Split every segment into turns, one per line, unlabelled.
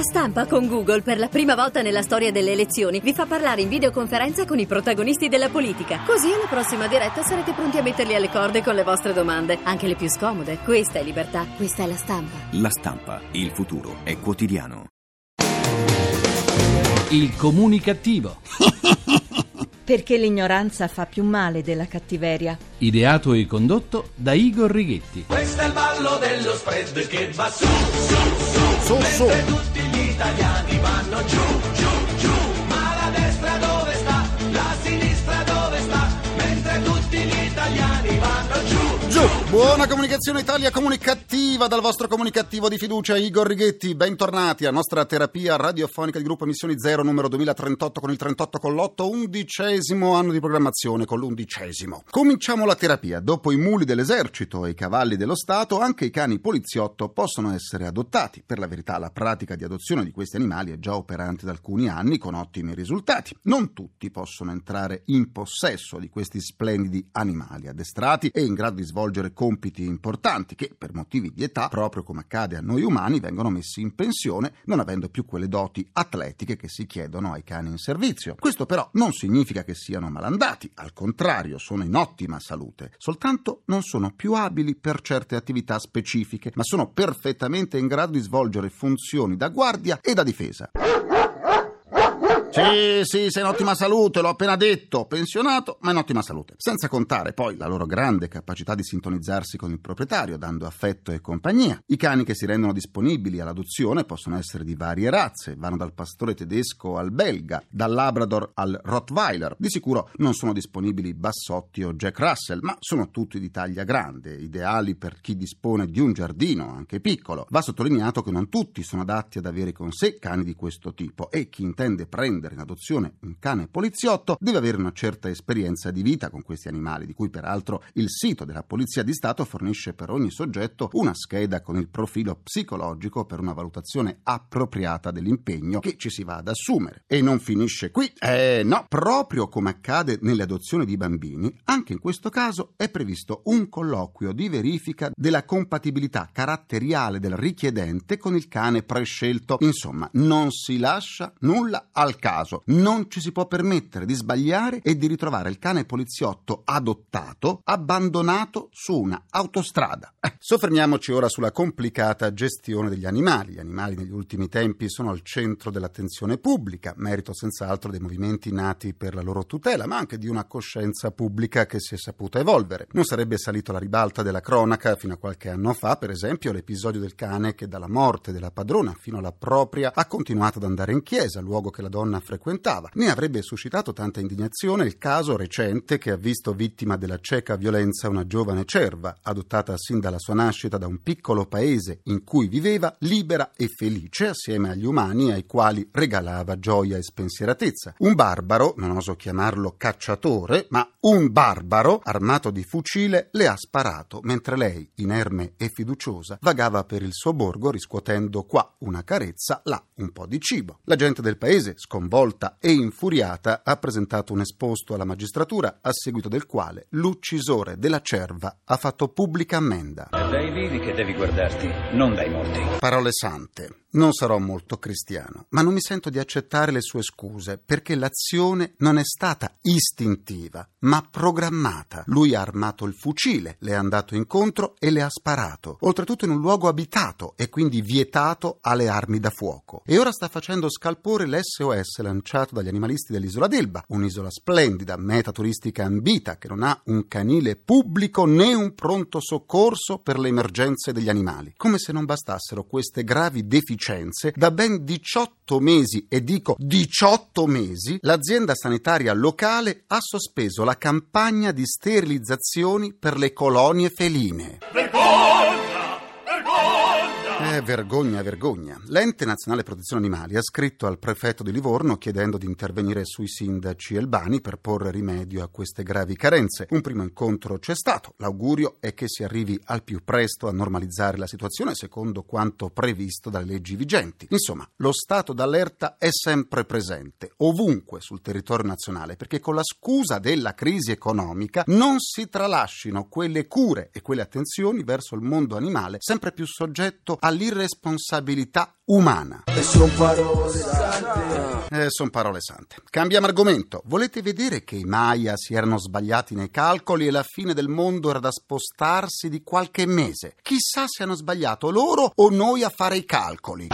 Stampa con Google, per la prima volta nella storia delle elezioni, vi fa parlare in videoconferenza con i protagonisti della politica. Così alla prossima diretta sarete pronti a metterli alle corde con le vostre domande, anche le più scomode. Questa è libertà, questa è La Stampa.
La Stampa, il futuro è quotidiano.
Il comunicativo.
Perché l'ignoranza fa più male della cattiveria.
Ideato e condotto da Igor Righetti.
Questo è il ballo dello spread che va su, su, su, mentre tutti gli italiani vanno giù, giù, giù. Ma la destra dove sta? La sinistra dove sta? Mentre tutti gli italiani vanno giù.
Buona comunicazione Italia comunicativa dal vostro comunicativo di fiducia Igor Righetti. Bentornati alla nostra terapia radiofonica di gruppo Emissioni Zero numero 2038 con il 38 con l'8, 11° anno di programmazione con l'11°. Cominciamo la terapia. Dopo i muli dell'esercito e i cavalli dello Stato, anche i cani poliziotto possono essere adottati. Per la verità, la pratica di adozione di questi animali è già operante da alcuni anni con ottimi risultati. Non tutti possono entrare in possesso di questi splendidi animali addestrati e in grado di svolgere compiti importanti che, per motivi di età, proprio come accade a noi umani, vengono messi in pensione non avendo più quelle doti atletiche che si chiedono ai cani in servizio. Questo però non significa che siano malandati, al contrario, sono in ottima salute, soltanto non sono più abili per certe attività specifiche, ma sono perfettamente in grado di svolgere funzioni da guardia e da difesa. Sì, sei in ottima salute, l'ho appena detto, pensionato, ma in ottima salute. Senza contare poi la loro grande capacità di sintonizzarsi con il proprietario, dando affetto e compagnia. I cani che si rendono disponibili all'adozione possono essere di varie razze, vanno dal pastore tedesco al belga, dal Labrador al Rottweiler. Di sicuro non sono disponibili Bassotti o Jack Russell, ma sono tutti di taglia grande, ideali per chi dispone di un giardino, anche piccolo. Va sottolineato che non tutti sono adatti ad avere con sé cani di questo tipo e chi intende prendere in adozione un cane poliziotto deve avere una certa esperienza di vita con questi animali, di cui peraltro il sito della Polizia di Stato fornisce per ogni soggetto una scheda con il profilo psicologico per una valutazione appropriata dell'impegno che ci si va ad assumere. E non finisce qui, no, proprio come accade nelle adozioni di bambini, anche in questo caso è previsto un colloquio di verifica della compatibilità caratteriale del richiedente con il cane prescelto. Insomma, non si lascia nulla al caso. Non ci si può permettere di sbagliare e di ritrovare il cane poliziotto adottato abbandonato su una autostrada. Soffermiamoci ora sulla complicata gestione degli animali. Gli animali negli ultimi tempi sono al centro dell'attenzione pubblica, merito senz'altro dei movimenti nati per la loro tutela, ma anche di una coscienza pubblica che si è saputa evolvere. Non sarebbe salito alla ribalta della cronaca fino a qualche anno fa, per esempio, l'episodio del cane che dalla morte della padrona fino alla propria ha continuato ad andare in chiesa, luogo che la donna frequentava. Ne avrebbe suscitato tanta indignazione il caso recente che ha visto vittima della cieca violenza una giovane cerva, adottata sin dalla sua nascita da un piccolo paese in cui viveva libera e felice assieme agli umani ai quali regalava gioia e spensieratezza. Un barbaro, non oso chiamarlo cacciatore, ma un barbaro armato di fucile le ha sparato mentre lei, inerme e fiduciosa, vagava per il suo borgo riscuotendo qua una carezza, là un po' di cibo. La gente del paese, sconvolta e infuriata, ha presentato un esposto alla magistratura a seguito del quale l'uccisore della cerva ha fatto pubblica ammenda.
È dai vivi che devi guardarti, non dai morti.
Parole sante. Non sarò molto cristiano, ma non mi sento di accettare le sue scuse perché l'azione non è stata istintiva, ma programmata. Lui ha armato il fucile, le è andato incontro e le ha sparato, oltretutto in un luogo abitato e quindi vietato alle armi da fuoco. E ora sta facendo scalpore l'SOS lanciato dagli animalisti dell'isola d'Elba, un'isola splendida, meta turistica ambita, che non ha un canile pubblico né un pronto soccorso per le emergenze degli animali. Come se non bastassero queste gravi deficienze, da ben 18 mesi, e dico 18 mesi, l'azienda sanitaria locale ha sospeso la campagna di sterilizzazioni per le colonie feline. Vergogna. L'Ente Nazionale Protezione Animali ha scritto al prefetto di Livorno chiedendo di intervenire sui sindaci elbani per porre rimedio a queste gravi carenze. Un primo incontro c'è stato. L'augurio è che si arrivi al più presto a normalizzare la situazione secondo quanto previsto dalle leggi vigenti. Insomma, lo stato d'allerta è sempre presente, ovunque sul territorio nazionale, perché con la scusa della crisi economica non si tralascino quelle cure e quelle attenzioni verso il mondo animale sempre più soggetto alle dall'irresponsabilità umana.
E son parole sante.
Cambiamo argomento. Volete vedere che i Maya si erano sbagliati nei calcoli e la fine del mondo era da spostarsi di qualche mese? Chissà se hanno sbagliato loro o noi a fare i calcoli.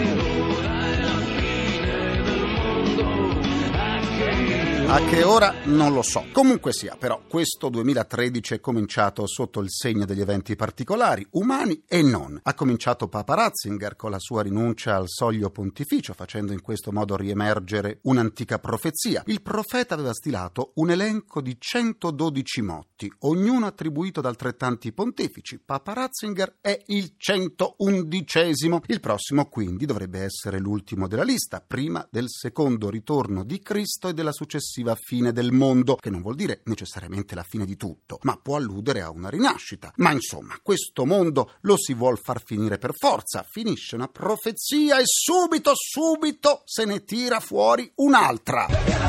A che ora non lo so. Comunque sia, però, questo 2013 è cominciato sotto il segno degli eventi particolari, umani e non. Ha cominciato Papa Ratzinger con la sua rinuncia al soglio pontificio, facendo in questo modo riemergere un'antica profezia. Il profeta aveva stilato un elenco di 112 motti, ognuno attribuito da altrettanti pontefici. Papa Ratzinger è il 111esimo. Il prossimo, quindi, dovrebbe essere l'ultimo della lista, prima del secondo ritorno di Cristo e della successiva fine del mondo, che non vuol dire necessariamente la fine di tutto, ma può alludere a una rinascita. Ma insomma, questo mondo lo si vuol far finire per forza. Finisce una profezia e subito se ne tira fuori un'altra.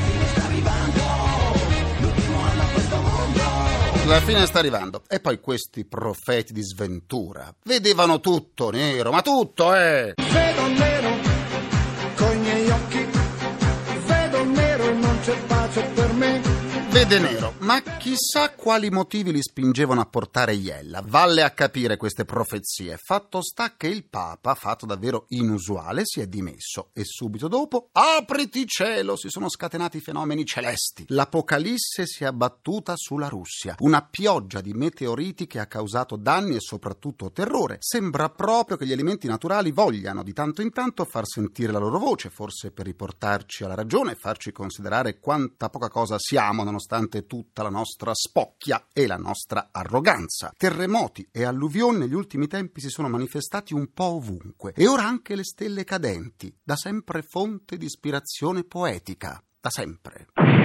La fine sta arrivando. E poi questi profeti di sventura vedevano tutto nero, ma tutto,
Vedo nero coi miei occhi, vedo nero e non c'è pace per me.
Vede nero, ma chissà quali motivi li spingevano a portare Iella. Valle a capire queste profezie. Fatto sta che il Papa, fatto davvero inusuale, si è dimesso e subito dopo, apriti cielo, si sono scatenati fenomeni celesti. L'Apocalisse si è abbattuta sulla Russia. Una pioggia di meteoriti che ha causato danni e soprattutto terrore. Sembra proprio che gli elementi naturali vogliano di tanto in tanto far sentire la loro voce, forse per riportarci alla ragione e farci considerare quanta poca cosa siamo, nonostante tutta la nostra spocchia e la nostra arroganza. Terremoti e alluvioni negli ultimi tempi si sono manifestati un po' ovunque e ora anche le stelle cadenti, da sempre fonte di ispirazione poetica, da sempre.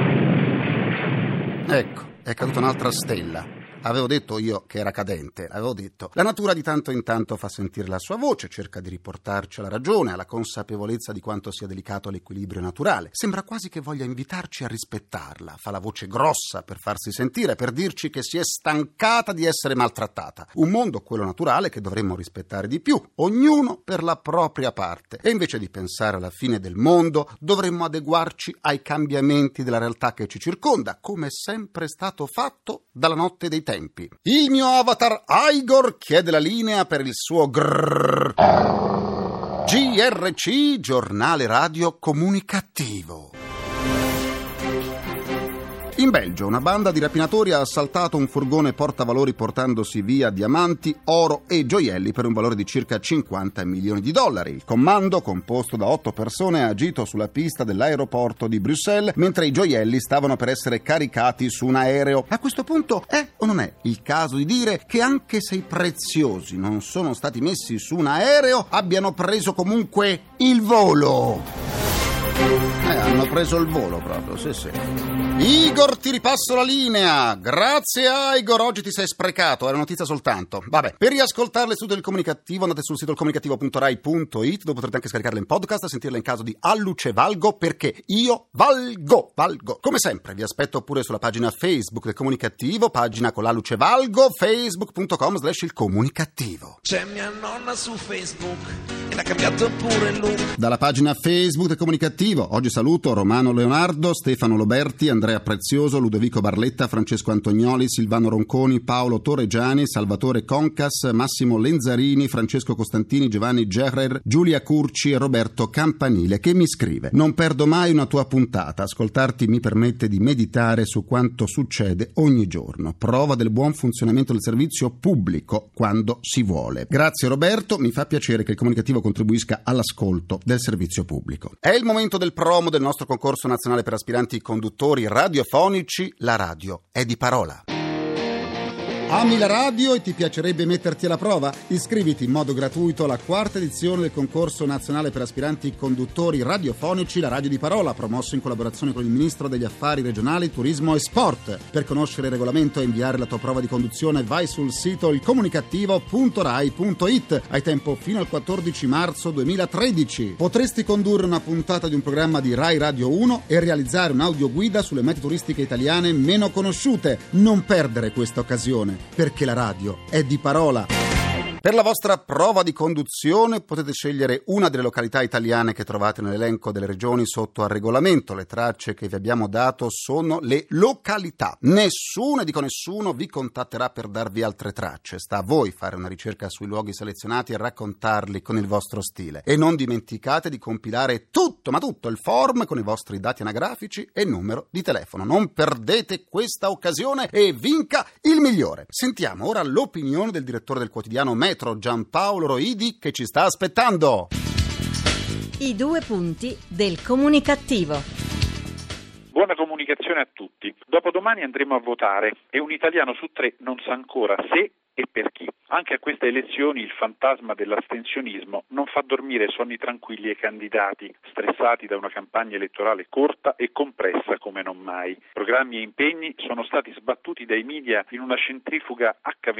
Ecco, è caduta un'altra stella. Avevo detto io che era cadente, avevo detto. La natura di tanto in tanto fa sentire la sua voce, cerca di riportarci alla ragione, alla consapevolezza di quanto sia delicato l'equilibrio naturale. Sembra quasi che voglia invitarci a rispettarla, fa la voce grossa per farsi sentire, per dirci che si è stancata di essere maltrattata. Un mondo, quello naturale, che dovremmo rispettare di più, ognuno per la propria parte. E invece di pensare alla fine del mondo, dovremmo adeguarci ai cambiamenti della realtà che ci circonda, come è sempre stato fatto dalla notte dei tempi. Il mio avatar Igor chiede la linea per il suo GRC, giornale radio comunicativo. In Belgio una banda di rapinatori ha assaltato un furgone portavalori portandosi via diamanti, oro e gioielli per un valore di circa 50 milioni di dollari. Il comando, composto da 8 persone, ha agito sulla pista dell'aeroporto di Bruxelles mentre i gioielli stavano per essere caricati su un aereo. A questo punto è o non è il caso di dire che anche se i preziosi non sono stati messi su un aereo, abbiano preso comunque il volo? Hanno preso il volo proprio, sì. Igor, ti ripasso la linea. Grazie Igor, oggi ti sei sprecato, era notizia soltanto. Vabbè, per riascoltarle su del Comunicativo andate sul sito ilcomunicativo.rai.it, dove potrete anche scaricarle in podcast, sentirle in caso di Alluce Valgo, perché io valgo. Come sempre vi aspetto pure sulla pagina Facebook del Comunicativo, pagina con l'Alluce Valgo, facebook.com/ilcomunicativo.
C'è mia nonna su Facebook e l'ha cambiato pure il look.
Dalla pagina Facebook del Comunicativo oggi saluto Romano Leonardo, Stefano Loberti, Andrea Prezioso, Ludovico Barletta, Francesco Antonioli, Silvano Ronconi, Paolo Torregiani, Salvatore Concas, Massimo Lenzarini, Francesco Costantini, Giovanni Gerrer, Giulia Curci e Roberto Campanile, che mi scrive: non perdo mai una tua puntata, ascoltarti mi permette di meditare su quanto succede ogni giorno, prova del buon funzionamento del servizio pubblico quando si vuole. Grazie Roberto, mi fa piacere che il Comunicativo contribuisca all'ascolto del servizio pubblico. È il momento del promo del nostro concorso nazionale per aspiranti conduttori radiofonici. La radio è di parola. Ami la radio e ti piacerebbe metterti alla prova? Iscriviti in modo gratuito alla 4ª edizione del concorso nazionale per aspiranti conduttori radiofonici La Radio di Parola, promosso in collaborazione con il Ministro degli Affari Regionali, Turismo e Sport. Per conoscere il regolamento e inviare la tua prova di conduzione vai sul sito ilcomunicativo.rai.it. Hai tempo fino al 14 marzo 2013. Potresti condurre una puntata di un programma di Rai Radio 1 e realizzare un'audioguida sulle mete turistiche italiane meno conosciute. Non perdere questa occasione, perché la radio è di parola. Per la vostra prova di conduzione potete scegliere una delle località italiane che trovate nell'elenco delle regioni sotto al regolamento. Le tracce che vi abbiamo dato sono le località. Nessuno, dico nessuno, vi contatterà per darvi altre tracce. Sta a voi fare una ricerca sui luoghi selezionati e raccontarli con il vostro stile. E non dimenticate di compilare tutto, ma tutto, il form con i vostri dati anagrafici e numero di telefono. Non perdete questa occasione e vinca il migliore. Sentiamo ora l'opinione del direttore del quotidiano Metro, Giampaolo Roidi, che ci sta aspettando.
I 2 punti del comunicativo.
Buona comunicazione a tutti. Dopodomani andremo a votare e un italiano su 3 non sa ancora se e per chi. Anche a queste elezioni il fantasma dell'astensionismo non fa dormire sonni tranquilli ai candidati, stressati da una campagna elettorale corta e compressa come non mai. Programmi e impegni sono stati sbattuti dai media in una centrifuga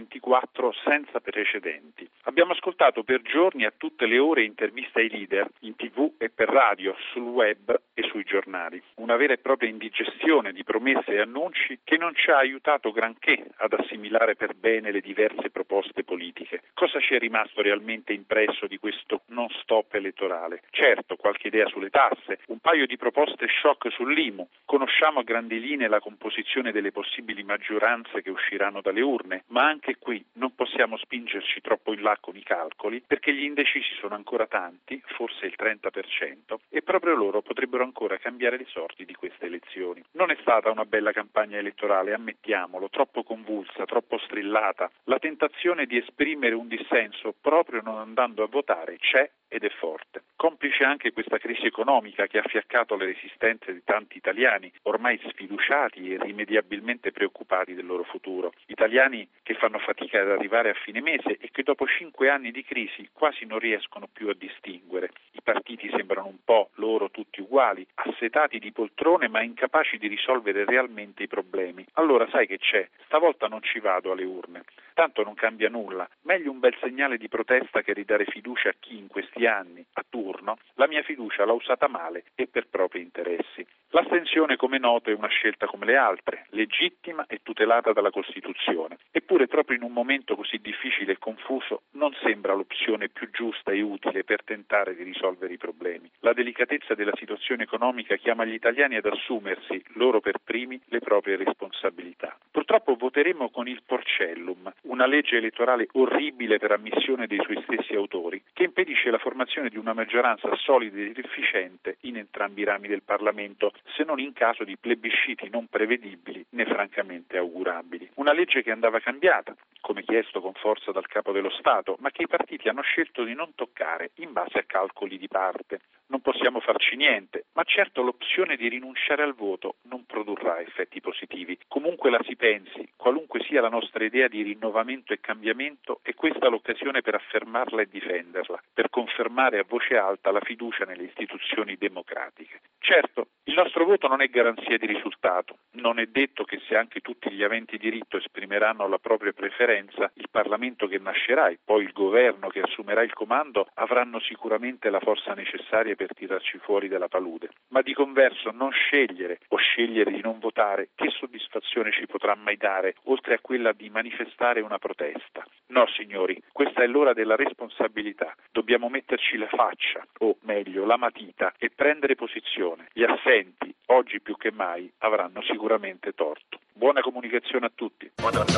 H24 senza precedenti. Abbiamo ascoltato per giorni a tutte le ore interviste ai leader, in TV e per radio, sul web e sui giornali. Una vera e propria indigestione di promesse e annunci che non ci ha aiutato granché ad assimilare per bene le diverse proposte politiche. Cosa ci è rimasto realmente impresso di questo non stop elettorale? Certo, qualche idea sulle tasse, un paio di proposte shock sull'IMU, conosciamo a grandi linee la composizione delle possibili maggioranze che usciranno dalle urne, ma anche qui non possiamo spingerci troppo in là con i calcoli perché gli indecisi sono ancora tanti, forse il 30%, e proprio loro potrebbero ancora cambiare le sorti di queste elezioni. Non è stata una bella campagna elettorale, ammettiamolo, troppo convulsa, troppo strillata. La tentazione di esprimere un dissenso proprio non andando a votare c'è ed è forte. Complice anche questa crisi economica che ha fiaccato le resistenze di tanti italiani, ormai sfiduciati e irrimediabilmente preoccupati del loro futuro. Italiani che fanno fatica ad arrivare a fine mese e che dopo 5 anni di crisi quasi non riescono più a distinguere. I partiti sembrano un po' loro tutti uguali, assetati di poltrone ma incapaci di risolvere realmente i problemi. Allora sai che c'è? Stavolta non ci vado alle urne. Tanto non cambia nulla. Meglio un bel segnale di protesta che ridare fiducia a chi in questi anni, a turno, la mia fiducia l'ha usata male e per propri interessi. L'astensione, come noto, è una scelta come le altre, legittima e tutelata dalla Costituzione. Eppure proprio in un momento così difficile e confuso non sembra l'opzione più giusta e utile per tentare di risolvere i problemi. La delicatezza della situazione economica chiama gli italiani ad assumersi, loro per primi, le proprie responsabilità. Purtroppo voteremo con il Porcellum, una legge elettorale orribile per ammissione dei suoi stessi autori, che impedisce la formazione di una maggioranza solida ed efficiente in entrambi i rami del Parlamento, se non in caso di plebisciti non prevedibili né francamente augurabili. Una legge che andava cambiata, come chiesto con forza dal Capo dello Stato, ma che i partiti hanno scelto di non toccare in base a calcoli di parte. Non possiamo farci niente, ma certo l'opzione di rinunciare al voto non produrrà effetti positivi. Comunque la si pensi, qualunque sia la nostra idea di rinnovamento e cambiamento, è questa l'occasione per affermarla e difenderla, per confermare a voce alta la fiducia nelle istituzioni democratiche. Certo, il nostro voto non è garanzia di risultato. Non è detto che se anche tutti gli aventi diritto esprimeranno la propria preferenza, il Parlamento che nascerà e poi il governo che assumerà il comando avranno sicuramente la forza necessaria per tirarci fuori dalla palude. Ma di converso non scegliere o scegliere di non votare, che soddisfazione ci potrà mai dare, oltre a quella di manifestare una protesta? No, signori, questa è l'ora della responsabilità. Dobbiamo metterci la faccia, o meglio, la matita, e prendere posizione. Gli assenti, oggi più che mai, avranno sicuramente torto. Buona comunicazione a tutti.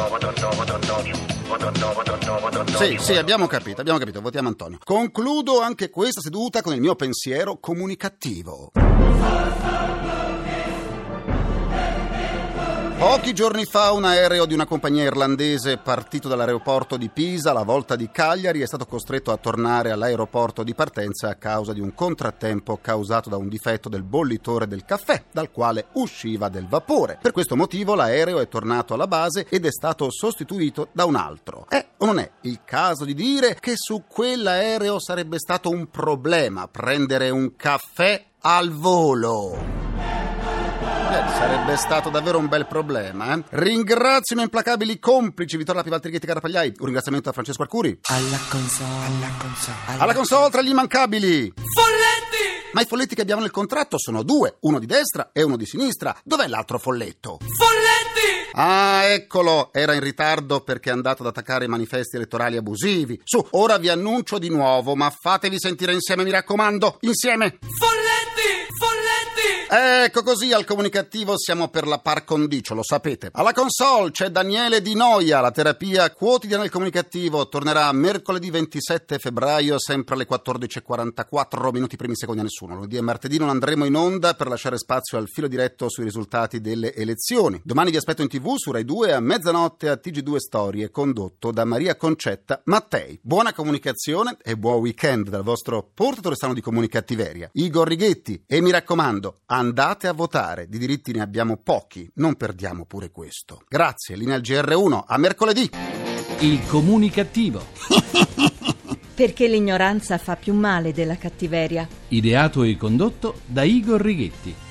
Sì, abbiamo capito, votiamo Antonio. Concludo anche questa seduta con il mio pensiero comunicativo. Pochi giorni fa un aereo di una compagnia irlandese partito dall'aeroporto di Pisa alla volta di Cagliari è stato costretto a tornare all'aeroporto di partenza a causa di un contrattempo causato da un difetto del bollitore del caffè, dal quale usciva del vapore. Per questo motivo l'aereo è tornato alla base ed è stato sostituito da un altro. O non è il caso di dire che su quell'aereo sarebbe stato un problema prendere un caffè al volo? Sarebbe stato davvero un bel problema, eh? Ringrazio i miei implacabili complici Vittorio Lapi, Valtteri Ghetti, Carapagliai. Un ringraziamento a Francesco Arcuri. Alla console tra gli immancabili Folletti! Ma i folletti che abbiamo nel contratto sono 2, uno di destra e uno di sinistra. Dov'è l'altro folletto? Folletti! Ah, eccolo, era in ritardo perché è andato ad attaccare i manifesti elettorali abusivi. Su, ora vi annuncio di nuovo, ma fatevi sentire insieme, mi raccomando, insieme.
Folletti, folletti!
Ecco, così al comunicativo siamo per la par condicio, lo sapete. Alla console c'è Daniele Di Noia, la terapia quotidiana del comunicativo tornerà mercoledì 27 febbraio, sempre alle 14:44, minuti primi secondi a nessuno. Lunedì e martedì non andremo in onda per lasciare spazio al filo diretto sui risultati delle elezioni. Domani vi aspetto in TV su Rai 2 a mezzanotte a TG2 Storie, condotto da Maria Concetta Mattei. Buona comunicazione e buon weekend dal vostro portatore strano di comunicattiveria, Igor Righetti. E mi raccomando, andate a votare, di diritti ne abbiamo pochi, non perdiamo pure questo. Grazie, linea al GR1, a mercoledì.
Il comunicativo.
Perché l'ignoranza fa più male della cattiveria.
Ideato e condotto da Igor Righetti.